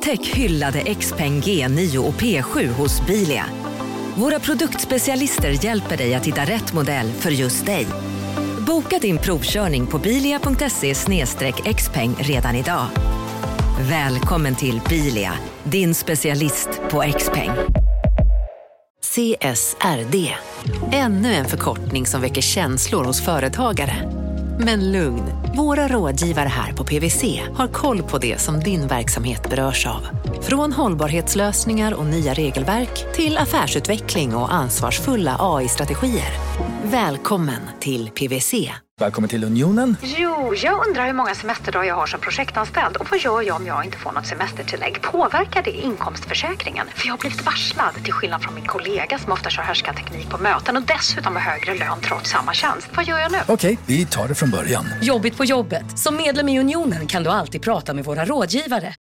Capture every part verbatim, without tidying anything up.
Upptäck hyllade Xpeng G nio och P sju hos Bilia. Våra produktspecialister hjälper dig att hitta rätt modell för just dig. Boka din provkörning på bilia punkt se slash xpeng redan idag. Välkommen till Bilia, din specialist på Xpeng. C S R D. Ännu en förkortning som väcker känslor hos företagare. Men lugn, våra rådgivare här på P W C har koll på det som din verksamhet berörs av. Från hållbarhetslösningar och nya regelverk till affärsutveckling och ansvarsfulla A I-strategier. Välkommen till P W C. Välkommen till Unionen. Jo, jag undrar hur många semesterdagar jag har som projektanställd. Och vad gör jag om jag inte får något semestertillägg? Påverkar det inkomstförsäkringen? För jag har blivit varslad, till skillnad från min kollega som ofta kör härskarteknik på möten och dessutom har högre lön trots samma tjänst. Vad gör jag nu? Okej, vi tar det från början. Jobbigt på jobbet. Som medlem i Unionen kan du alltid prata med våra rådgivare.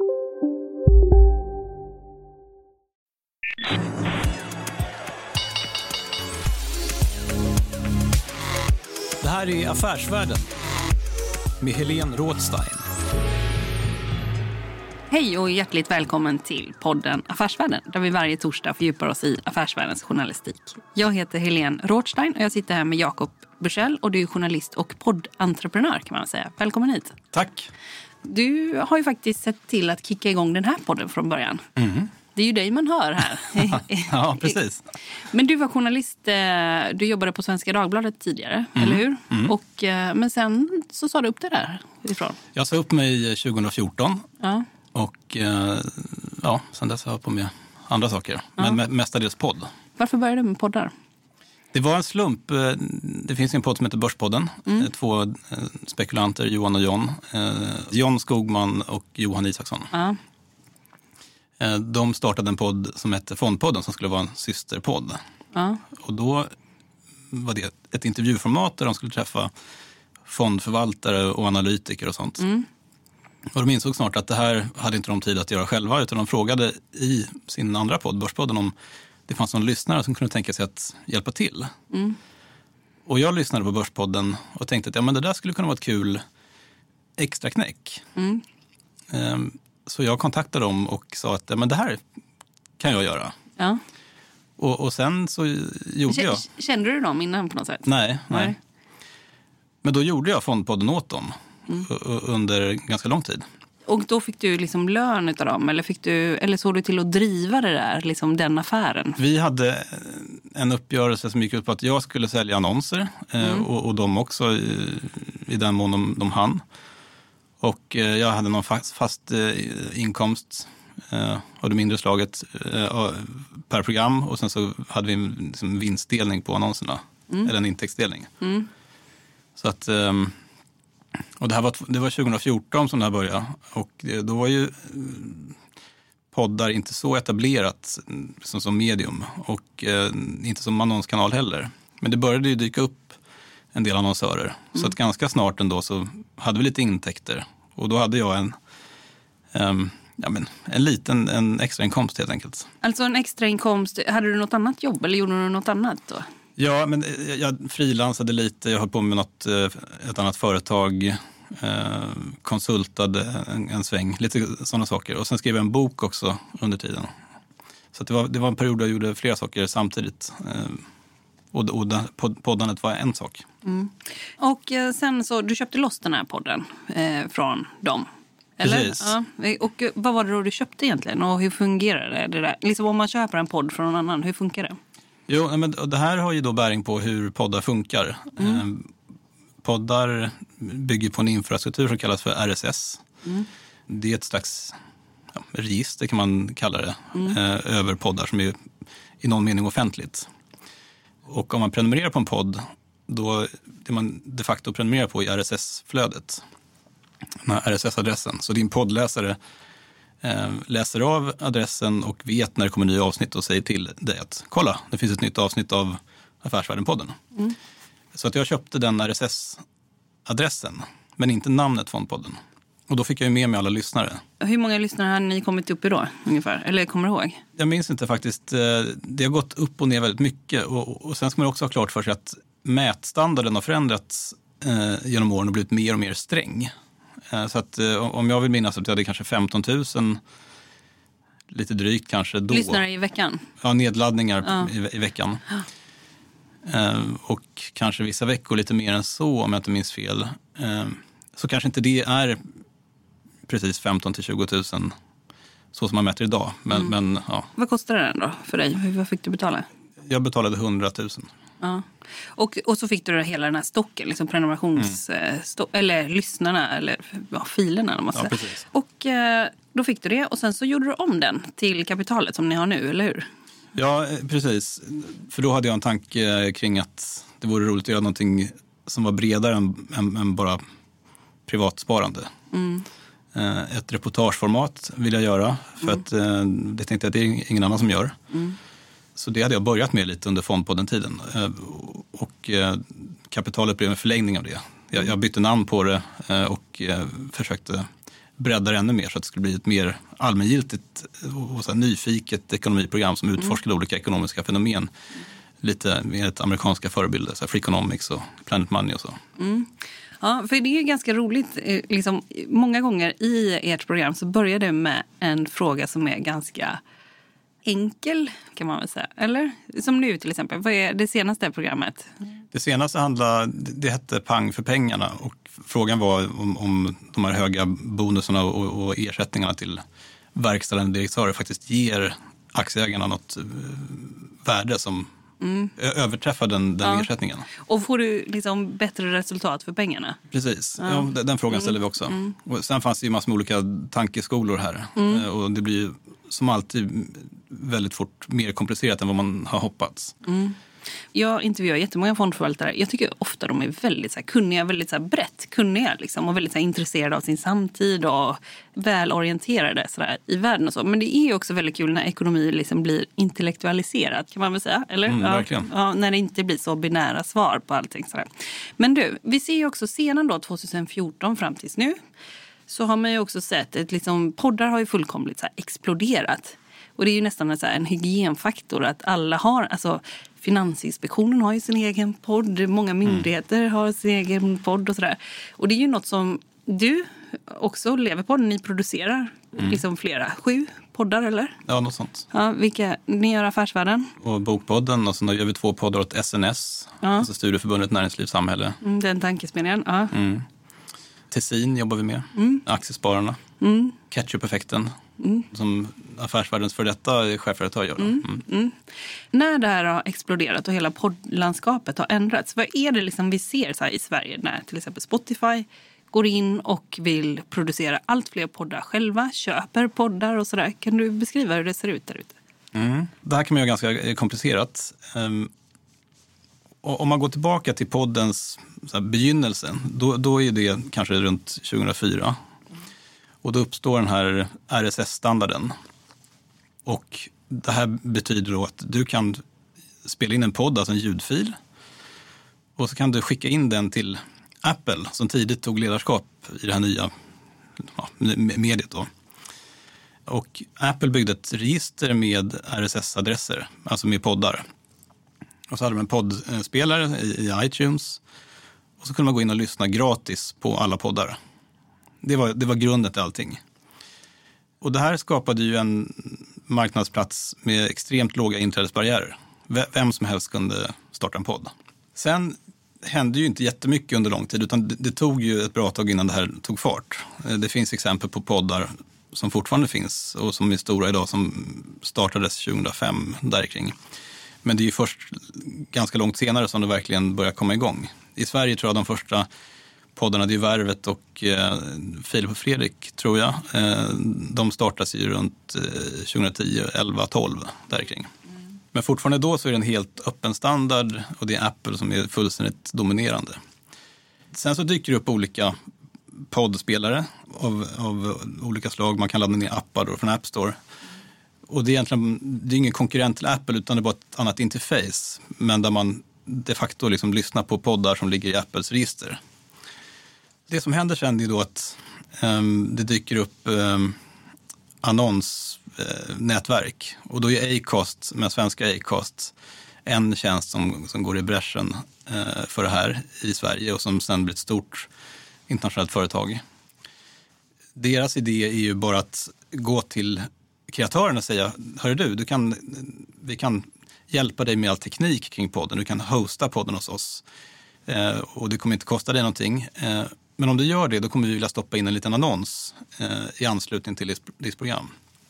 Det här är Affärsvärlden med Helene Rådstein. Hej och hjärtligt välkommen till podden Affärsvärlden, där vi varje torsdag fördjupar oss i affärsvärldens journalistik. Jag heter Helene Rådstein och jag sitter här med Jakob Bursell och du är journalist och poddentreprenör kan man säga. Välkommen hit. Tack. Du har ju faktiskt sett till att kicka igång den här podden från början. Mm. Det är ju dig man hör här. Ja, precis. Men du var journalist, du jobbade på Svenska Dagbladet tidigare, mm. eller hur? Mm. Och, men sen så sa du upp det där ifrån. Jag sa upp mig tjugo fjorton ja. och ja, sen dess har jag på med andra saker. Ja. Men mestadels podd. Varför började du med poddar? Det var en slump. Det finns en podd som heter Börspodden. Mm. Två spekulanter, Johan och John. John Skogman och Johan Isaksson. Ja. De startade en podd som hette Fondpodden som skulle vara en systerpodd. Ja. Och då var det ett intervjuformat där de skulle träffa fondförvaltare och analytiker och sånt. Mm. Och de insåg snart att det här hade inte de tid att göra själva, utan de frågade i sin andra podd, Börspodden, om det fanns någon lyssnare som kunde tänka sig att hjälpa till. Mm. Och jag lyssnade på Börspodden och tänkte att ja, men det där skulle kunna vara ett kul extra knäck. Mm. Um, Så jag kontaktade dem och sa att ja, men det här kan jag göra. Ja. Och, och sen så gjorde K- jag... Kände du dem innan på något sätt? Nej, nej. nej. Men då gjorde jag Fondpodden åt dem mm. under ganska lång tid. Och då fick du liksom lön utav dem? Eller, fick du, eller såg du till att driva det där, liksom den affären? Vi hade en uppgörelse som gick ut på att jag skulle sälja annonser. Mm. Och, och de också i, i den mån de, de hann. Och jag hade någon fast, fast inkomst eh, av det mindre slaget eh, per program. Och sen så hade vi en liksom, vinstdelning på annonserna. Mm. Eller en intäktsdelning. Mm. Så att, eh, och det här var, det var tjugo fjorton som det här började. Och då var ju poddar inte så etablerat som, som medium. Och eh, inte som annonskanal heller. Men det började ju dyka upp en del annonsörer. Mm. Så att ganska snart ändå så hade vi lite intäkter. Och då hade jag en, um, ja men, en liten en extra inkomst helt enkelt. Alltså en extra inkomst. Hade du något annat jobb eller gjorde du något annat då? Ja, men jag frilansade lite. Jag höll på med något, ett annat företag. Eh, konsultade en, en sväng. Lite sådana saker. Och sen skrev jag en bok också under tiden. Så att det, var, det var en period där jag gjorde flera saker samtidigt. Eh, Och, och poddandet var en sak. Mm. Och eh, sen så, du köpte loss den här podden eh, från dem. Eller? Precis. Ja. Och eh, vad var det då du köpte egentligen? Och hur fungerar det, det där? Liksom om man köper en podd från någon annan, hur funkar det? Jo, men det här har ju då bäring på hur poddar funkar. Mm. Eh, poddar bygger på en infrastruktur som kallas för R S S. Mm. Det är ett slags ja, register kan man kalla det. Mm. Eh, över poddar som är i någon mening offentligt. Och om man prenumererar på en podd, då det man de facto prenumererar på i R S S-flödet. Den här R S S-adressen. Så din poddläsare eh, läser av adressen och vet när det kommer nya avsnitt och säger till dig att kolla, det finns ett nytt avsnitt av Affärsvärlden-podden. Mm. Så att jag köpte den R S S-adressen, men inte namnet Fondpodden. Och då fick jag ju med mig alla lyssnare. Hur många lyssnare har ni kommit upp i då ungefär? Eller kommer du ihåg? Jag minns inte faktiskt. Det har gått upp och ner väldigt mycket. Och, och sen ska man också ha klart för sig att mätstandarden har förändrats eh, genom åren och blivit mer och mer sträng. Eh, så att eh, om jag vill minnas att jag hade kanske femton tusen lite drygt kanske då. Lyssnare i veckan? Ja, nedladdningar ja. I, i veckan. Ja. Eh, och kanske vissa veckor lite mer än så om jag inte minns fel. Eh, så kanske inte det är precis femton till tjugo tusen så som man mäter idag. Men, mm. men, ja. Vad kostade den då för dig? Vad fick du betala? Jag betalade hundra tusen. Ja. Och, och så fick du hela den här stocken, liksom prenumerations... Mm. Sto- eller lyssnarna, eller ja, filerna. Eller ja, precis. Och eh, då fick du det och sen så gjorde du om den till kapitalet som ni har nu, eller hur? Ja, precis. För då hade jag en tanke kring att det vore roligt att göra någonting som var bredare än, än, än bara privatsparande. Mm. Ett reportageformat vill jag göra för mm. att det tänkte jag att det är ingen annan som gör. Mm. Så det hade jag börjat med lite under Fondpodden-tiden. Och kapitalet blev en förlängning av det. Jag, jag bytte namn på det och försökte bredda det ännu mer så att det skulle bli ett mer allmängiltigt och så här nyfiket ekonomiprogram som utforskade mm. olika ekonomiska fenomen. Lite med ett amerikanska förebilder, så här Freakonomics och Planet Money och så. Mm. Ja, för det är ju ganska roligt. Liksom, många gånger i ert program så börjar det med en fråga som är ganska enkel, kan man väl säga. Eller? Som nu till exempel. Vad är det senaste programmet? Det senaste handlade, det hette Pang för pengarna. Och frågan var om, om de här höga bonusarna och, och ersättningarna till verkställande direktörer faktiskt ger aktieägarna något värde som mm. överträffar den, den ja. ersättningen. Och får du liksom bättre resultat för pengarna? Precis, ja. Ja, den, den frågan mm. ställer vi också. Mm. Och sen fanns det ju massor med olika tankeskolor här. Mm. Och det blir som alltid väldigt fort mer komplicerat än vad man har hoppats. Mm. Jag intervjuar jättemånga fondförvaltare. Jag tycker ofta de är väldigt så här, kunniga, väldigt så här, brett kunniga liksom, och väldigt så här, intresserade av sin samtid och välorienterade så där, i världen och så. Men det är också väldigt kul när ekonomi liksom blir intellektualiserad, kan man väl säga, eller? Mm, ja, verkligen. Ja, när det inte blir så binära svar på allting så där. Men du, vi ser ju också sedan då tjugohundrafjorton fram tills nu så har man ju också sett att liksom, poddar har ju fullkomligt så här, exploderat. Och det är ju nästan en, så här, en hygienfaktor att alla har, alltså Finansinspektionen har ju sin egen podd, många myndigheter mm. har sin egen podd och sådär. Och det är ju något som du också lever på, ni producerar mm. liksom flera, sju poddar eller? Ja, något sånt. Ja, vilka, ni gör Affärsvärlden? Och Bokpodden och så gör vi två poddar åt S N S, ja. Alltså Studieförbundet Näringsliv Samhälle. Mm, den tankesmedjan, ja. Mm. Tessin jobbar vi med, mm. Aktiespararna, mm. Ketchup-effekten. Mm. Som Affärsvärldens för detta chefredaktör gör. Mm. Mm. Mm. När det här har exploderat och hela poddlandskapet har ändrats, vad är det liksom vi ser så här i Sverige när till exempel Spotify går in och vill producera allt fler poddar själva, köper poddar och sådär. Kan du beskriva hur det ser ut där ute? Mm. Det här kan man göra ganska komplicerat. Um, och om man går tillbaka till poddens så här, begynnelse, då, då är det kanske runt tjugohundrafyra. Och då uppstår den här R S S-standarden. Och det här betyder då att du kan spela in en podd, alltså en ljudfil. Och så kan du skicka in den till Apple som tidigt tog ledarskap i det här nya ja, mediet då. Och Apple byggde ett register med R S S-adresser, alltså med poddar. Och så hade de en poddspelare i, i iTunes. Och så kunde man gå in och lyssna gratis på alla poddar. Det var, det var grunden till allting. Och det här skapade ju en marknadsplats med extremt låga inträdesbarriärer. Vem som helst kunde starta en podd. Sen hände ju inte jättemycket under lång tid, utan det, det tog ju ett bra tag innan det här tog fart. Det finns exempel på poddar som fortfarande finns och som är stora idag, som startades tjugohundrafem där kring. Men det är ju först ganska långt senare som det verkligen börjar komma igång. I Sverige tror jag de första poddarna, det är Värvet och eh, Filip och Fredrik tror jag. Eh, de startas ju runt eh, tjugohundratio, elva, tolv där kring. Mm. Men fortfarande då så är det en helt öppen standard och det är Apple som är fullständigt dominerande. Sen så dyker det upp olika poddspelare av, av olika slag. Man kan ladda ner appar då från App Store. Och det är egentligen det är ingen konkurrent till Apple utan det är bara ett annat interface. Men där man de facto liksom lyssnar på poddar som ligger i Apples register. Det som händer sen är då att um, det dyker upp um, annonsnätverk. Uh, och då är Acast, med svenska Acast, en tjänst som, som går i bräschen uh, för det här i Sverige och som sen blir ett stort internationellt företag. Deras idé är ju bara att gå till kreatörerna säga, hör du, du kan, vi kan hjälpa dig med all teknik kring podden. Du kan hosta podden hos oss. Eh, och det kommer inte kosta dig någonting. Eh, men om du gör det, då kommer vi vilja stoppa in en liten annons eh, i anslutning till ditt program.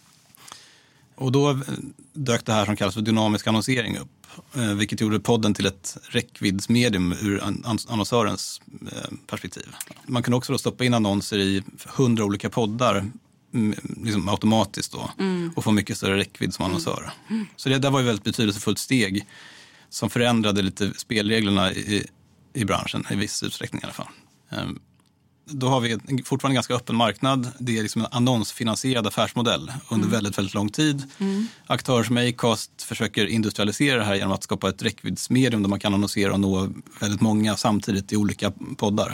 Och då dök det här som kallas för dynamisk annonsering upp. Eh, vilket gjorde podden till ett räckviddsmedium ur annonsörens eh, perspektiv. Man kan också då stoppa in annonser i hundra olika poddar liksom automatiskt då, mm. och få mycket större räckvidd som annonsör. Mm. Så det där var ju ett väldigt betydelsefullt steg som förändrade lite spelreglerna i, i branschen i viss utsträckning i alla fall. Um, då har vi fortfarande en ganska öppen marknad. Det är liksom en annonsfinansierad affärsmodell under mm. väldigt, väldigt lång tid. Mm. Aktörer som Acast försöker industrialisera det här genom att skapa ett räckviddsmedium där man kan annonsera och nå väldigt många samtidigt i olika poddar.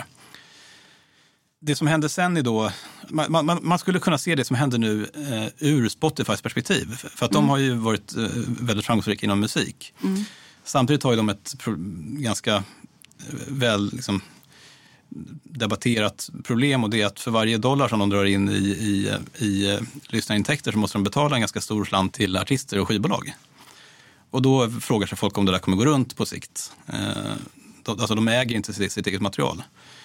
Det som hände sen är då, man, man, man skulle kunna se det som händer nu eh, ur Spotifys perspektiv. För att mm. de har ju varit eh, väldigt framgångsrika inom musik. Mm. Samtidigt har ju de ett pro, ganska väl liksom, debatterat problem, och det är att för varje dollar som de drar in i, i, i uh, lyssnarintäkter så måste de betala en ganska stor slant till artister och skivbolag. Och då frågar sig folk om det där kommer gå runt på sikt. Uh, då, alltså de äger inte sitt, sitt eget material.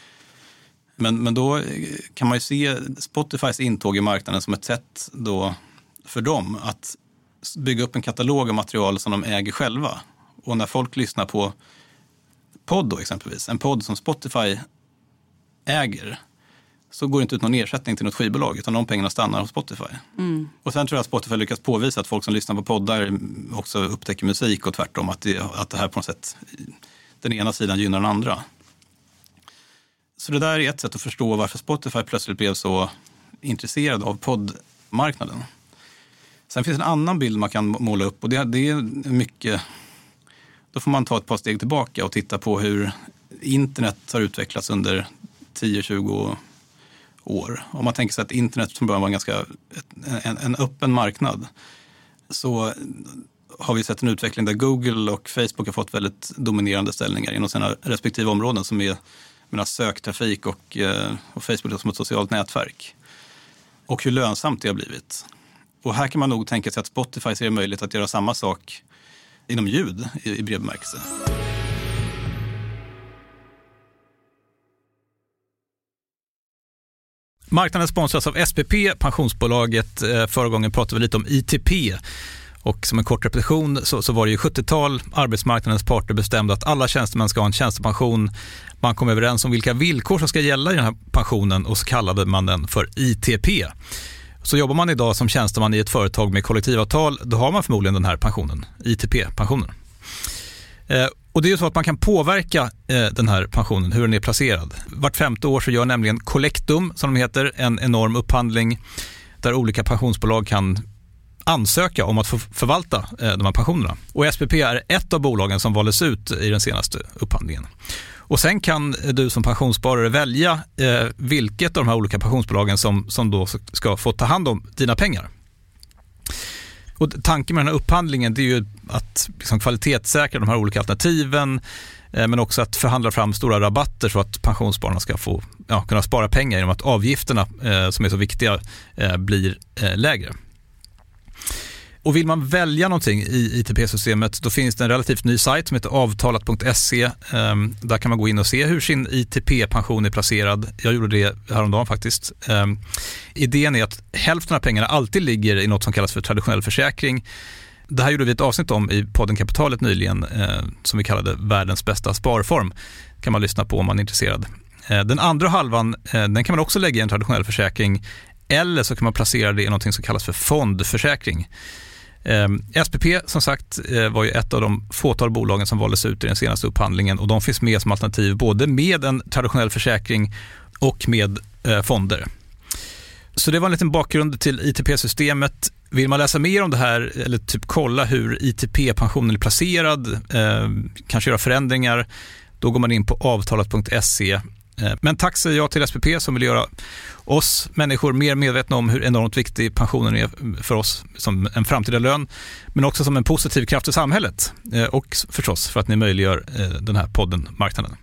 Men, men då kan man ju se Spotifys intåg i marknaden som ett sätt då för dem att bygga upp en katalog av material som de äger själva. Och när folk lyssnar på podd då exempelvis, en podd som Spotify äger, så går det inte ut någon ersättning till något skivbolag, utan de pengarna stannar hos Spotify. Mm. Och sen tror jag att Spotify lyckas påvisa att folk som lyssnar på poddar också upptäcker musik och tvärtom, att det, att det här på något sätt, den ena sidan gynnar den andra. Så det där är ett sätt att förstå varför Spotify plötsligt blev så intresserad av poddmarknaden. Sen finns en annan bild man kan måla upp, och det, det är mycket, då får man ta ett par steg tillbaka och titta på hur internet har utvecklats under tio till tjugo år. Om man tänker sig att internet från början var en ganska en, en öppen marknad, så har vi sett en utveckling där Google och Facebook har fått väldigt dominerande ställningar inom sina respektive områden, som är menar, söktrafik och, och Facebook som ett socialt nätverk. Och hur lönsamt det har blivit. Och här kan man nog tänka sig att Spotify ser möjlighet att göra samma sak inom ljud i, i bred bemärkelse. Marknaden sponsras av S P P, pensionsbolaget. Förra gången pratade vi lite om I T P. Och som en kort repetition så, så var det ju sjuttiotal arbetsmarknadens parter bestämde att alla tjänstemän ska ha en tjänstepension. Man kom överens om vilka villkor som ska gälla i den här pensionen, och så kallade man den för I T P. Så jobbar man idag som tjänsteman i ett företag med kollektivavtal, då har man förmodligen den här pensionen, I T P-pensionen. Eh, och det är ju så att man kan påverka eh, den här pensionen, hur den är placerad. Vart femte år så gör nämligen Collectum, som de heter, en enorm upphandling där olika pensionsbolag kan ansöka om att få förvalta eh, de här pensionerna. Och S P P är ett av bolagen som valdes ut i den senaste upphandlingen. Och sen kan du som pensionssparare välja eh, vilket av de här olika pensionsbolagen som, som då ska få ta hand om dina pengar. Och tanken med den här upphandlingen, det är ju att liksom kvalitetssäkra de här olika alternativen, eh, men också att förhandla fram stora rabatter så att pensionsspararna ska få ja, kunna spara pengar genom att avgifterna eh, som är så viktiga eh, blir eh, lägre. Och vill man välja någonting i I T P-systemet, då finns det en relativt ny sajt som heter avtalat punkt se. Um, där kan man gå in och se hur sin I T P-pension är placerad. Jag gjorde det häromdagen faktiskt. Um, idén är att hälften av pengarna alltid ligger i något som kallas för traditionell försäkring. Det här gjorde vi ett avsnitt om i podden Kapitalet nyligen, uh, som vi kallade världens bästa sparform. Kan man lyssna på om man är intresserad. Uh, den andra halvan, uh, den kan man också lägga i en traditionell försäkring, eller så kan man placera det i något som kallas för fondförsäkring. Um, S P P som sagt uh, var ju ett av de fåtal bolagen som valdes ut i den senaste upphandlingen, och de finns med som alternativ både med en traditionell försäkring och med uh, fonder. Så det var en liten bakgrund till I T P-systemet. Vill man läsa mer om det här eller typ kolla hur I T P-pensionen är placerad, uh, kanske göra förändringar, då går man in på avtalat punkt se. Men tack säger jag till S P P som vill göra oss människor mer medvetna om hur enormt viktig pensionen är för oss som en framtida lön, men också som en positiv kraft i samhället, och förstås för att ni möjliggör den här podden Marknaden.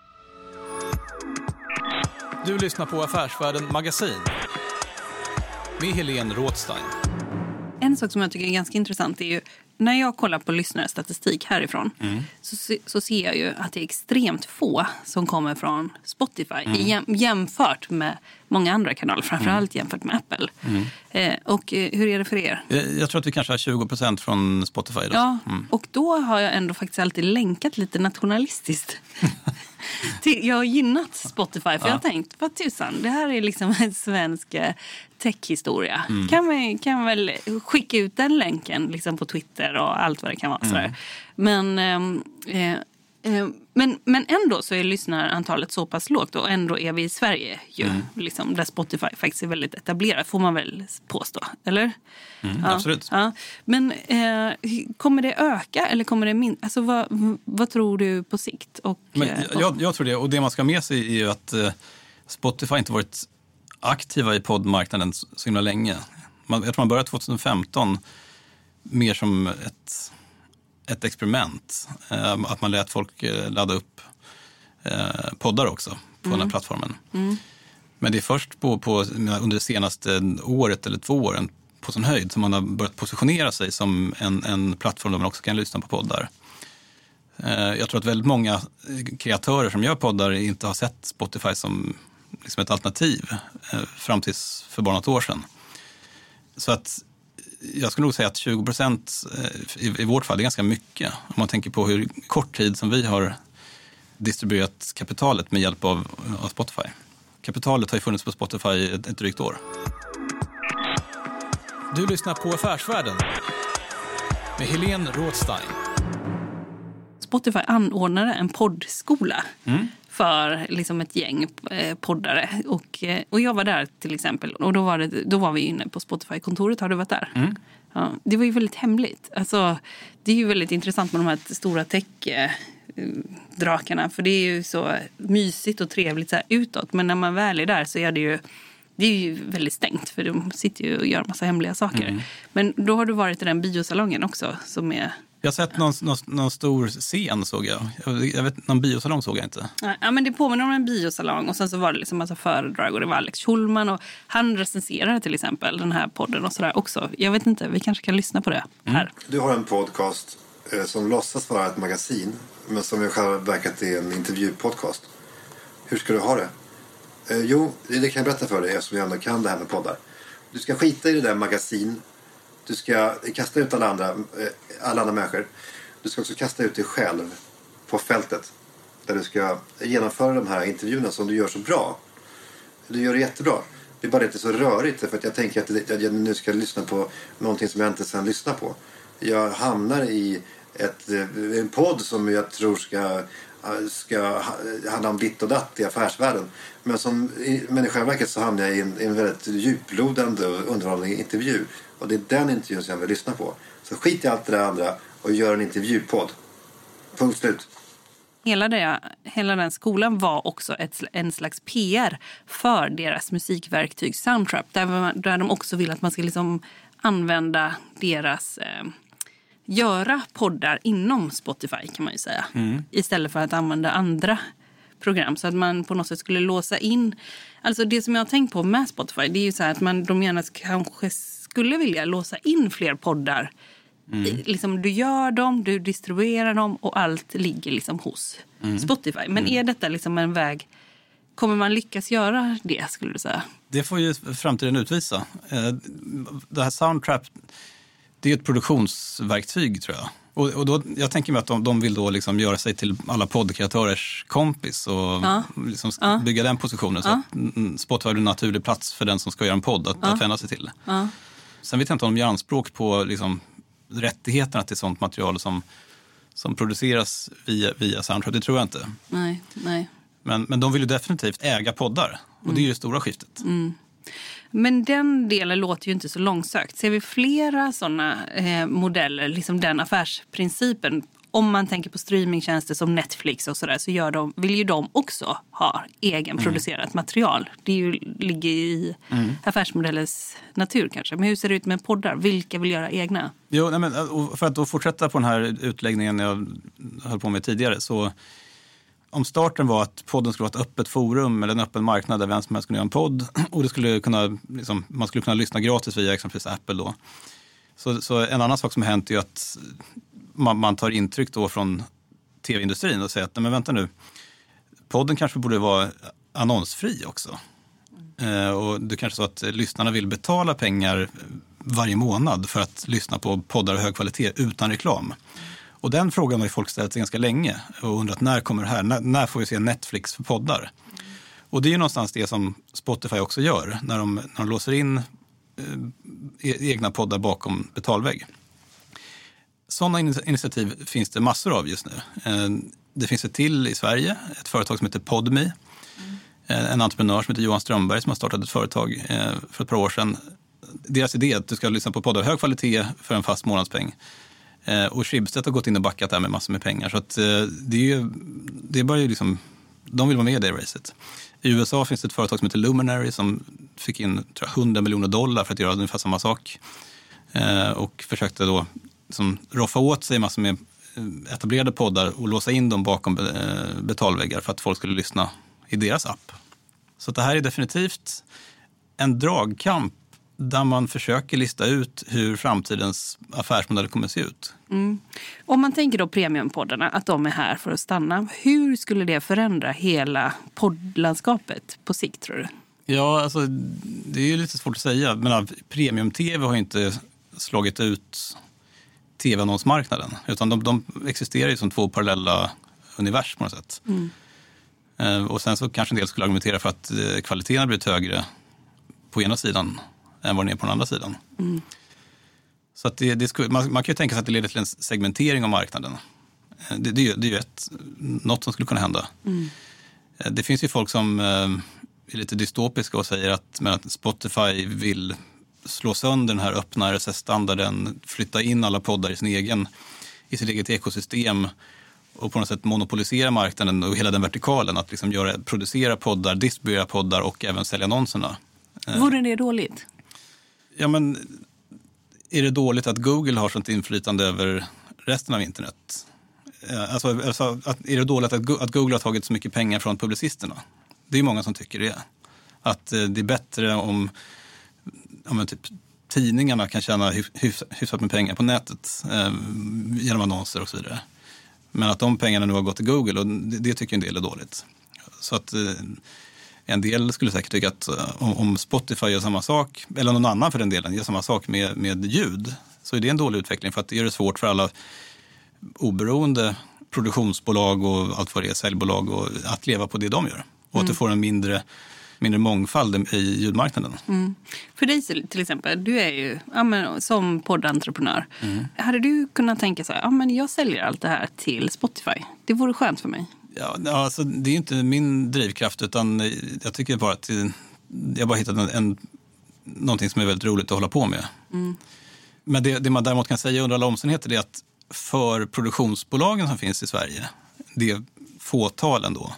Du lyssnar på Affärsvärlden Magasin med Helene Rådstein. En sak som jag tycker är ganska intressant är ju när jag kollar på lyssnarstatistik härifrån mm. så, så ser jag ju att det är extremt få som kommer från Spotify mm. jäm, jämfört med många andra kanaler, framförallt mm. jämfört med Apple. Mm. Eh, och eh, hur är det för er? Jag, jag tror att vi kanske har tjugo procent från Spotify. Då. Ja, mm. och då har jag ändå faktiskt alltid länkat lite nationalistiskt. Jag har gynnat Spotify för ja. jag har tänkt, vad tusan, det här är liksom en svensk techhistoria. Mm. Kan vi kan väl skicka ut den länken liksom på Twitter och allt vad det kan vara. Mm. Sådär. Men, eh, eh, men, men ändå så är lyssnarantalet så pass lågt och ändå är vi i Sverige ju, mm. liksom, där Spotify faktiskt är väldigt etablerad, får man väl påstå, eller? Mm, ja, absolut. Ja. Men eh, kommer det öka eller kommer det minska? Alltså, vad, vad tror du på sikt? Och, Men jag, jag tror det, och det man ska ha med sig är ju att eh, Spotify inte varit aktiva i poddmarknaden så, så himla länge. Man, jag tror man började tjugohundrafemton mer som ett, ett experiment. Eh, att man lät folk eh, ladda upp eh, poddar också på mm. den här plattformen. Mm. Men det är först på, på, under det senaste året eller två åren på sån höjd som man har börjat positionera sig som en, en plattform där man också kan lyssna på poddar. Eh, jag tror att väldigt många kreatörer som gör poddar inte har sett Spotify som liksom ett alternativ eh, fram tills för bara något år sedan. Så att jag skulle nog säga att tjugo procent eh, i, i vårt fall är ganska mycket. Om man tänker på hur kort tid som vi har distribuerat kapitalet med hjälp av, av Spotify. Kapitalet har ju funnits på Spotify ett, ett drygt år. Du lyssnar på Affärsvärlden med Helene Rådstein. Spotify anordnade en poddskola mm. för liksom ett gäng poddare. Och, och jag var där till exempel. Och då var, det, då var vi inne på Spotify-kontoret. Har du varit där? Mm. Ja, det var ju väldigt hemligt. Alltså, det är ju väldigt intressant med de här stora tech-drakarna. För det är ju så mysigt och trevligt så här utåt. Men när man väl är där så är det ju... Det är ju väldigt stängt för de sitter ju och gör massa hemliga saker. Mm. Men då har du varit i den biosalongen också som är... Jag har sett någon, någon, någon stor scen såg jag. Jag vet, någon biosalong såg jag inte. Ja, men det påminner om en biosalong och sen så var det liksom massa föredrag och det var Alex Schulman och han recenserade till exempel den här podden och sådär också. Jag vet inte, vi kanske kan lyssna på det här. Mm. Du har en podcast eh, som låtsas vara ett magasin men som i själva verket är en intervjupodcast. Hur ska du ha det? Eh, jo, det kan jag berätta för dig eftersom jag ändå kan det här med poddar. Du ska skita i det där magasin. Du ska kasta ut alla andra, alla andra människor. Du ska också kasta ut dig själv på fältet. Där du ska genomföra de här intervjuerna som du gör så bra. Du gör det jättebra. Det är bara inte så rörigt. För att jag tänker att jag nu ska lyssna på någonting som jag inte sedan lyssnar på. Jag hamnar i ett, en podd som jag tror ska... ska handla om ditt och datt i affärsvärlden. Men, som, men i själva verket så hamnar jag i en, en väldigt djuplodande och underhållande intervju. Och det är den intervjun som jag vill lyssna på. Så skit i allt det där andra och gör en intervjupodd. Punkt slut. Hela, det, hela den skolan var också ett, en slags P R för deras musikverktyg Soundtrap. Där, där de också vill att man ska liksom använda deras... Eh, göra poddar inom Spotify kan man ju säga. Mm. Istället för att använda andra program. Så att man på något sätt skulle låsa in. Alltså det som jag har tänkt på med Spotify. Det är ju så här att man, de gärna kanske skulle vilja låsa in fler poddar. Mm. Liksom du gör dem, du distribuerar dem och allt ligger liksom hos mm. Spotify. Men mm. är detta liksom en väg... Kommer man lyckas göra det skulle du säga? Det får ju framtiden utvisa. Det här Soundtrap... Det är ett produktionsverktyg tror jag. Och, och då, jag tänker mig att de, de vill då liksom göra sig till alla poddkreatörers kompis och ja. liksom ja. bygga den positionen. Så ja. att Spotify är en naturlig plats för den som ska göra en podd att, ja. att vända sig till. Ja. Sen vet jag inte om de gör anspråk på liksom, rättigheterna till sånt material som, som produceras via, via Soundtrack. Det tror jag inte. Nej, nej. Men, men de vill ju definitivt äga poddar. Och mm. det är ju det stora skiftet. Mm. Men den delen låter ju inte så långsökt. Ser vi flera sådana eh, modeller, liksom den affärsprincipen, om man tänker på streamingtjänster som Netflix och sådär, så gör de, vill ju de också ha egenproducerat mm. material. Det är ju, ligger i mm. affärsmodellens natur kanske. Men hur ser det ut med poddar? Vilka vill göra egna? Jo, nej men, för att då fortsätta på den här utläggningen jag höll på med tidigare så om starten var att podden skulle vara ett öppet forum eller en öppen marknad där vem som helst kunde göra en podd och det skulle kunna, liksom, man skulle kunna lyssna gratis via exempelvis Apple då. Så, så en annan sak som har hänt är att man, man tar intryck då från tv-industrin och säger att nej, men vänta nu, podden kanske borde vara annonsfri också. Mm. Eh, och det kanske så att lyssnarna vill betala pengar varje månad för att lyssna på poddar av hög kvalitet utan reklam. Och den frågan har ju folk ställt sig ganska länge och undrat när kommer det här? När, när får vi se Netflix för poddar? Mm. Och det är ju någonstans det som Spotify också gör när de, när de låser in eh, egna poddar bakom betalvägg. Sådana initiativ finns det massor av just nu. Eh, det finns ett till i Sverige, ett företag som heter Podme. Mm. Eh, en entreprenör som heter Johan Strömberg som har startat ett företag eh, för ett par år sedan. Deras idé är att du ska lyssna på poddar av hög kvalitet för en fast månadspeng. Eh, och Schibsted har gått in och backat där med massor med pengar. Så att, eh, det är ju, det är bara ju liksom, de vill vara med i det racet. I U S A finns det ett företag som heter Luminary som fick in tror jag, hundra miljoner dollar för att göra ungefär samma sak. Eh, och försökte då liksom, roffa åt sig massor med etablerade poddar och låsa in dem bakom eh, betalväggar för att folk skulle lyssna i deras app. Så det här är definitivt en dragkamp där man försöker lista ut hur framtidens affärsmodeller kommer att se ut. Mm. Om man tänker då premiumpoddarna, att de är här för att stanna. Hur skulle det förändra hela poddlandskapet på sikt, tror du? Ja, alltså det är ju lite svårt att säga. Men premium-tv har ju inte slagit ut tv-annonsmarknaden. Utan de, de existerar ju som två parallella univers på något sätt. Mm. Eh, och sen så kanske en del skulle argumentera för att eh, kvaliteten har blivit högre på ena sidan än vad den är på den andra sidan. Mm. Så att det, det skulle, man, man kan ju tänka sig att det leder till en segmentering av marknaden. Det, det, det är ju ett, något som skulle kunna hända. Mm. Det finns ju folk som är lite dystopiska och säger att, men att Spotify vill slå sönder den här öppna R S S-standarden, flytta in alla poddar i sin egen, i sitt eget ekosystem och på något sätt monopolisera marknaden och hela den vertikalen. Att liksom göra, producera poddar, distribuera poddar och även sälja annonserna. Vore det dåligt? Ja, men är det dåligt att Google har sånt inflytande över resten av internet? Alltså, alltså att, är det dåligt att, att Google har tagit så mycket pengar från publicisterna? Det är många som tycker det. Att det är bättre om, om typ, tidningarna kan tjäna hyfs, hyfsat med pengar på nätet eh, genom annonser och så vidare. Men att de pengarna nu har gått till Google, och det, det tycker en del är dåligt. Så att eh, en del skulle säkert tycka att om, om Spotify gör samma sak, eller någon annan för den delen gör samma sak med, med ljud, så är det en dålig utveckling, för att det gör det svårt för alla oberoende produktionsbolag och allt vad det är, säljbolag, och att leva på det de gör. Och mm. att du får en mindre, mindre mångfald i ljudmarknaden. Mm. För dig till exempel, du är ju ja, men, som poddentreprenör. Mm. Hade du kunnat tänka så här, ja, men jag säljer allt det här till Spotify. Det vore skönt för mig. Ja, alltså, det är inte min drivkraft, utan jag tycker bara att jag bara hittat en, en, någonting som är väldigt roligt att hålla på med. Mm. Men det, det man däremot kan säga under alla omständigheter är att för produktionsbolagen som finns i Sverige, det är fåtalen då,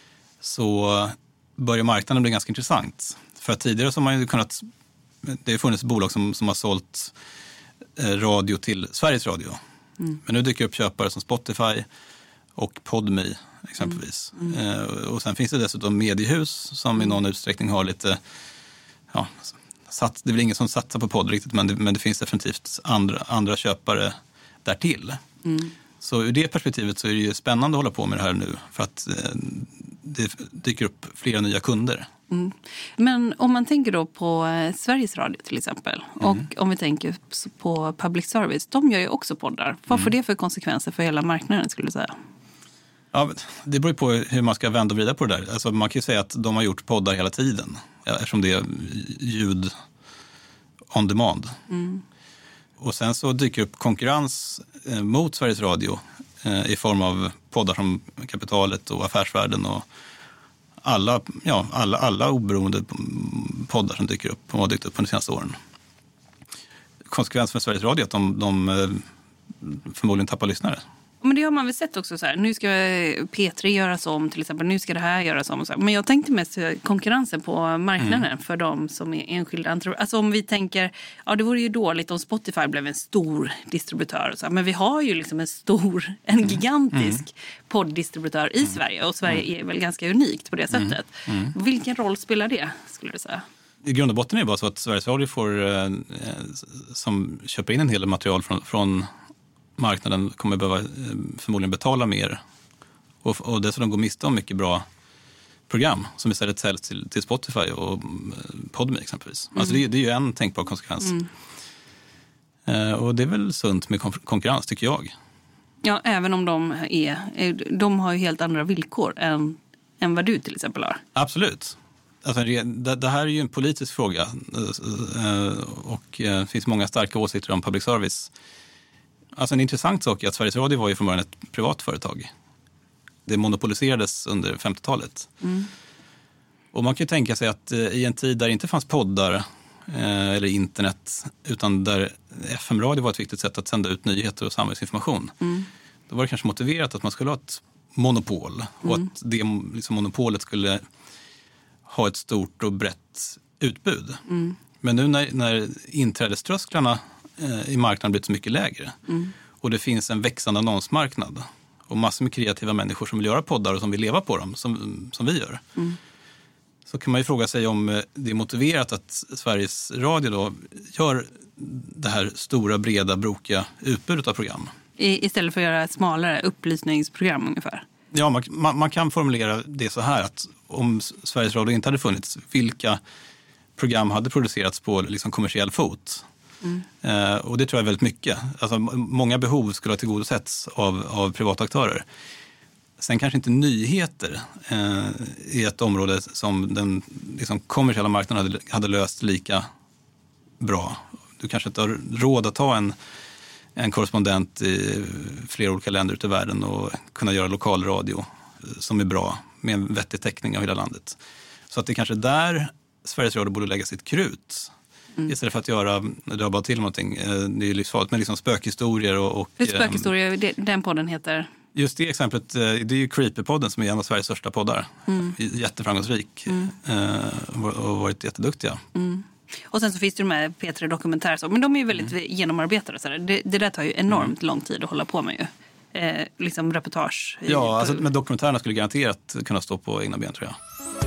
så börjar marknaden bli ganska intressant. För att tidigare så har man ju kunnat, det har funnits bolag som, som har sålt radio till Sveriges Radio. Mm. Men nu dyker upp köpare som Spotify och Podme exempelvis. Mm. Mm. Och sen finns det dessutom mediehus som i någon utsträckning har lite, ja, satt, det är väl ingen som satsar på podd riktigt, men det, men det finns definitivt andra, andra köpare därtill. Mm. Så ur det perspektivet så är det ju spännande att hålla på med det här nu, för att eh, det dyker upp flera nya kunder. Mm. Men om man tänker då på eh, Sveriges Radio till exempel, mm. och om vi tänker på public service, de gör ju också poddar. Vad får mm. det för konsekvenser för hela marknaden, skulle du säga? Ja, det beror på hur man ska vända och vrida på det där. Alltså man kan ju säga att de har gjort poddar hela tiden, eftersom det är ljud on demand. Mm. Och sen så dyker upp konkurrens eh, mot Sveriges Radio eh, i form av poddar som Kapitalet och Affärsvärlden och alla, ja, alla, alla oberoende poddar som dyker upp och har dykt upp på de senaste åren. Konsekvensen för Sveriges Radio är att de, de eh, förmodligen tappar lyssnare. Men det har man väl sett också så här, nu ska P tre göras om till exempel, nu ska det här göras om och så här. Men jag tänkte mest konkurrensen på marknaden mm. för de som är enskilda entreprenörer. Alltså om vi tänker, ja det vore ju dåligt om Spotify blev en stor distributör och så här. Men vi har ju liksom en stor, en gigantisk mm. podddistributör i Sverige och Sverige är väl ganska unikt på det sättet. Mm. Mm. Vilken roll spelar det, skulle du säga? I grund och botten är det bara så att Sveriges Radio får, eh, som köper in en hel del material från, från marknaden kommer behöva eh, förmodligen betala mer och, och dessutom gå miste om mycket bra program som istället säljs till, till Spotify och eh, Podme exempelvis. Mm. Alltså det, det är ju en tänkbar konsekvens. Mm. Eh, och det är väl sunt med kon- konkurrens tycker jag. Ja, även om de är, de har ju helt andra villkor än, än vad du till exempel har. Absolut. Alltså, det, det här är ju en politisk fråga och det finns många starka åsikter om public service. Alltså en intressant sak är att Sveriges Radio var ju från början ett privat företag. Det monopoliserades under femtiotalet. Mm. Och man kan ju tänka sig att i en tid där det inte fanns poddar eller internet utan där F M-radio var ett viktigt sätt att sända ut nyheter och samhällsinformation. Mm. Då var det kanske motiverat att man skulle ha ett monopol och mm. att det liksom, monopolet skulle ha ett stort och brett utbud. Mm. Men nu när, när inträdeströsklarna eh, i marknaden blivit så mycket lägre mm. och det finns en växande annonsmarknad och massor med kreativa människor som vill göra poddar och som vill leva på dem, som, som vi gör. Mm. Så kan man ju fråga sig om det är motiverat att Sveriges Radio då gör det här stora, breda, brokiga utbudet av program. I, istället för att göra ett smalare upplysningsprogram ungefär? Ja, man, man, man kan formulera det så här att om Sveriges Radio inte hade funnits, vilka program hade producerats på liksom kommersiell fot? Mm. Eh, och det tror jag är väldigt mycket. Alltså, många behov skulle ha tillgodosetts av, av privata aktörer. Sen kanske inte nyheter eh, i ett område som den liksom, kommersiella marknaden hade, hade löst lika bra. Du kanske inte har råd att ta en, en korrespondent i flera olika länder ute i världen och kunna göra lokalradio som är bra med en vettig täckning av hela landet. Så att det kanske där Sveriges Radio borde lägga sitt krut. Mm. Istället för att göra, det har bara till någonting, det är ju livsfarligt, men liksom spökhistorier och... och spökhistorier, den podden heter... Just det exemplet, det är ju Creepy-podden som är en av Sveriges största poddar. Mm. Jätteframgångsrik mm. och varit jätteduktiga. Mm. Och sen så finns det de här P tre-dokumentärer, men de är ju väldigt mm. genomarbetade. Så det, det där tar ju enormt mm. lång tid att hålla på med ju. Eh, liksom reportage. I, ja, alltså, men dokumentärerna skulle garanterat kunna stå på egna ben tror jag.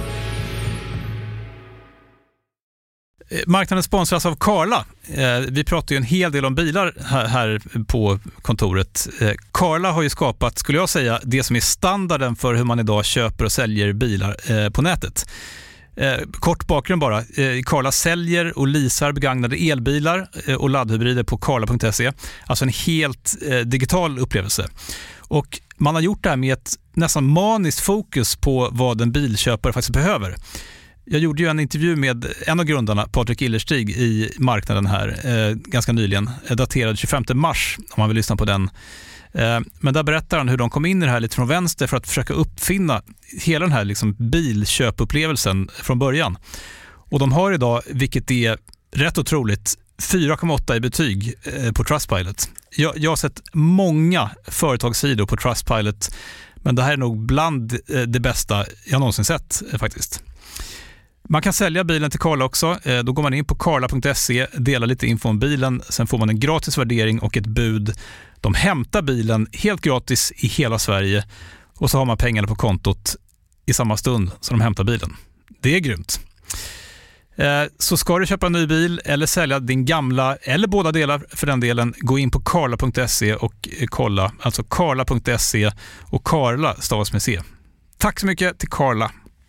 Marknaden sponsras av Carla. Vi pratar ju en hel del om bilar här på kontoret. Carla har ju skapat, skulle jag säga, det som är standarden för hur man idag köper och säljer bilar på nätet. Kort bakgrund bara. Carla säljer och leasar begagnade elbilar och laddhybrider på carla punkt se. Alltså en helt digital upplevelse. Och man har gjort det här med ett nästan maniskt fokus på vad en bilköpare faktiskt behöver. Jag gjorde ju en intervju med en av grundarna, Patrik Illerstig, i marknaden här eh, ganska nyligen, daterad tjugofemte mars om man vill lyssna på den. Eh, men där berättar han hur de kom in i det här lite från vänster för att försöka uppfinna hela den här liksom bilköpupplevelsen från början. Och de har idag, vilket är rätt otroligt, fyra komma åtta i betyg eh, på Trustpilot. Jag, jag har sett många företagssidor på Trustpilot, men det här är nog bland eh, det bästa jag någonsin sett eh, faktiskt. Man kan sälja bilen till Carla också. Då går man in på carla punkt se, delar lite info om bilen. Sen får man en gratis värdering och ett bud. De hämtar bilen helt gratis i hela Sverige. Och så har man pengarna på kontot i samma stund som de hämtar bilen. Det är grymt. Så ska du köpa en ny bil eller sälja din gamla, eller båda delar för den delen, gå in på carla punkt se och kolla. Alltså carla punkt se och Carla stavas med C. Tack så mycket till Carla.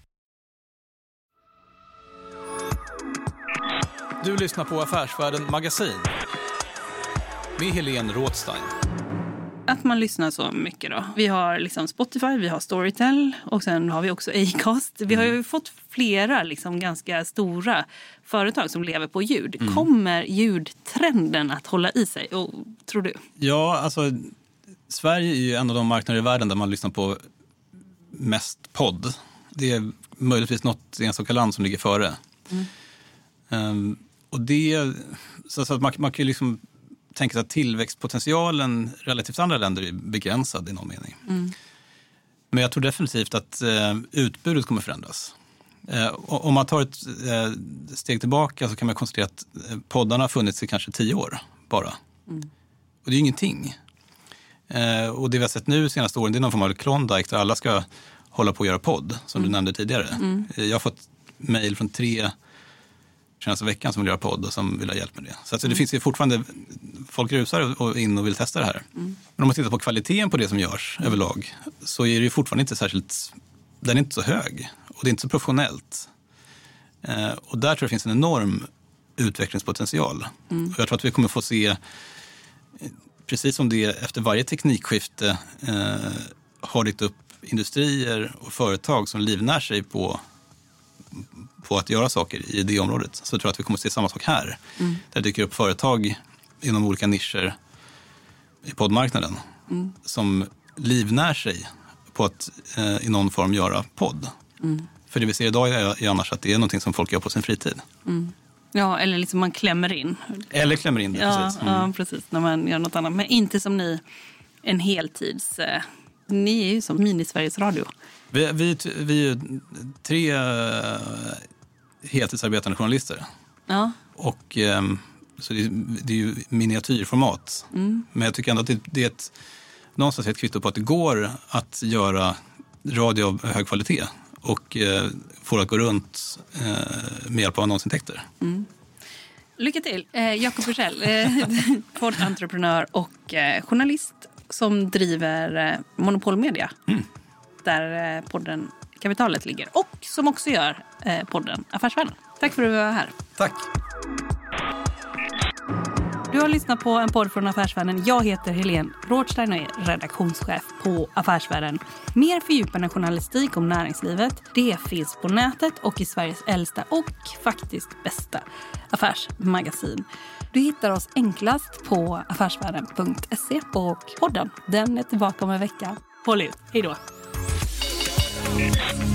Du lyssnar på Affärsvärlden Magasin med Helene Rådstein. Att man lyssnar så mycket då. Vi har liksom Spotify, vi har Storytel och sen har vi också Acast. Vi har ju fått flera liksom ganska stora företag som lever på ljud. Mm. Kommer ljudtrenden att hålla i sig, och, tror du? Ja, alltså Sverige är ju en av de marknader i världen där man lyssnar på mest podd. Det är möjligtvis något enstaka land som ligger före. Mm. Um, och det, så att man, man kan ju liksom tänker att tillväxtpotentialen relativt andra länder är begränsad i någon mening. Mm. Men jag tror definitivt att eh, utbudet kommer förändras. Eh, om man tar ett eh, steg tillbaka så kan man konstatera att poddarna har funnits i kanske tio år bara. Mm. Och det är ju ingenting. Eh, och det vi har sett nu de senaste åren, det är någon form av Klondike där alla ska hålla på att göra podd, som mm. du nämnde tidigare. Mm. Jag har fått mejl från tre senaste veckan som vill göra podd och som vill ha hjälp med det. Så alltså, mm. det finns ju fortfarande, folk rusar och in och vill testa det här. Mm. Men om man tittar på kvaliteten på det som görs mm. överlag så är det ju fortfarande inte särskilt, den är inte så hög och det är inte så professionellt. Eh, och där tror jag det finns en enorm utvecklingspotential. Mm. Och jag tror att vi kommer få se, precis som det efter varje teknikskifte eh, har dykt upp industrier och företag som livnär sig på på att göra saker i det området, så tror jag att vi kommer att se samma sak här. Mm. Där det dyker upp företag inom olika nischer i poddmarknaden mm. som livnär sig på att eh, i någon form göra podd. Mm. För det vi ser idag är, är annars att det är någonting som folk gör på sin fritid. Mm. Ja, eller liksom man klämmer in. Eller klämmer in det, ja, precis. Mm. Ja, precis, när man gör något annat. Men inte som ni, en heltids... Eh, ni är ju som mini-Sveriges Radio. Vi, vi, vi är tre heltidsarbetande journalister. Ja. Och så det, det är ju miniatyrformat. Mm. Men jag tycker ändå att det, det är ett, någonstans ett kvitto på att det går att göra radio av hög kvalitet och eh, få att gå runt eh, med hjälp av annonsintäkter. Mm. Lycka till. Eh, Jakob Bursell, eh, poddentreprenör och eh, journalist som driver eh, Monopolmedia. Mm. Där eh, podden Kapitalet ligger. Och som också gör eh, podden Affärsvärlden. Tack för att du var här. Tack. Du har lyssnat på en podd från Affärsvärlden. Jag heter Helene Rothstein och är redaktionschef på Affärsvärlden. Mer fördjupande journalistik om näringslivet, det finns på nätet och i Sveriges äldsta och faktiskt bästa affärsmagasin. Du hittar oss enklast på affärsvärlden punkt se och podden, den är tillbaka om en vecka. Håll ut, hej då!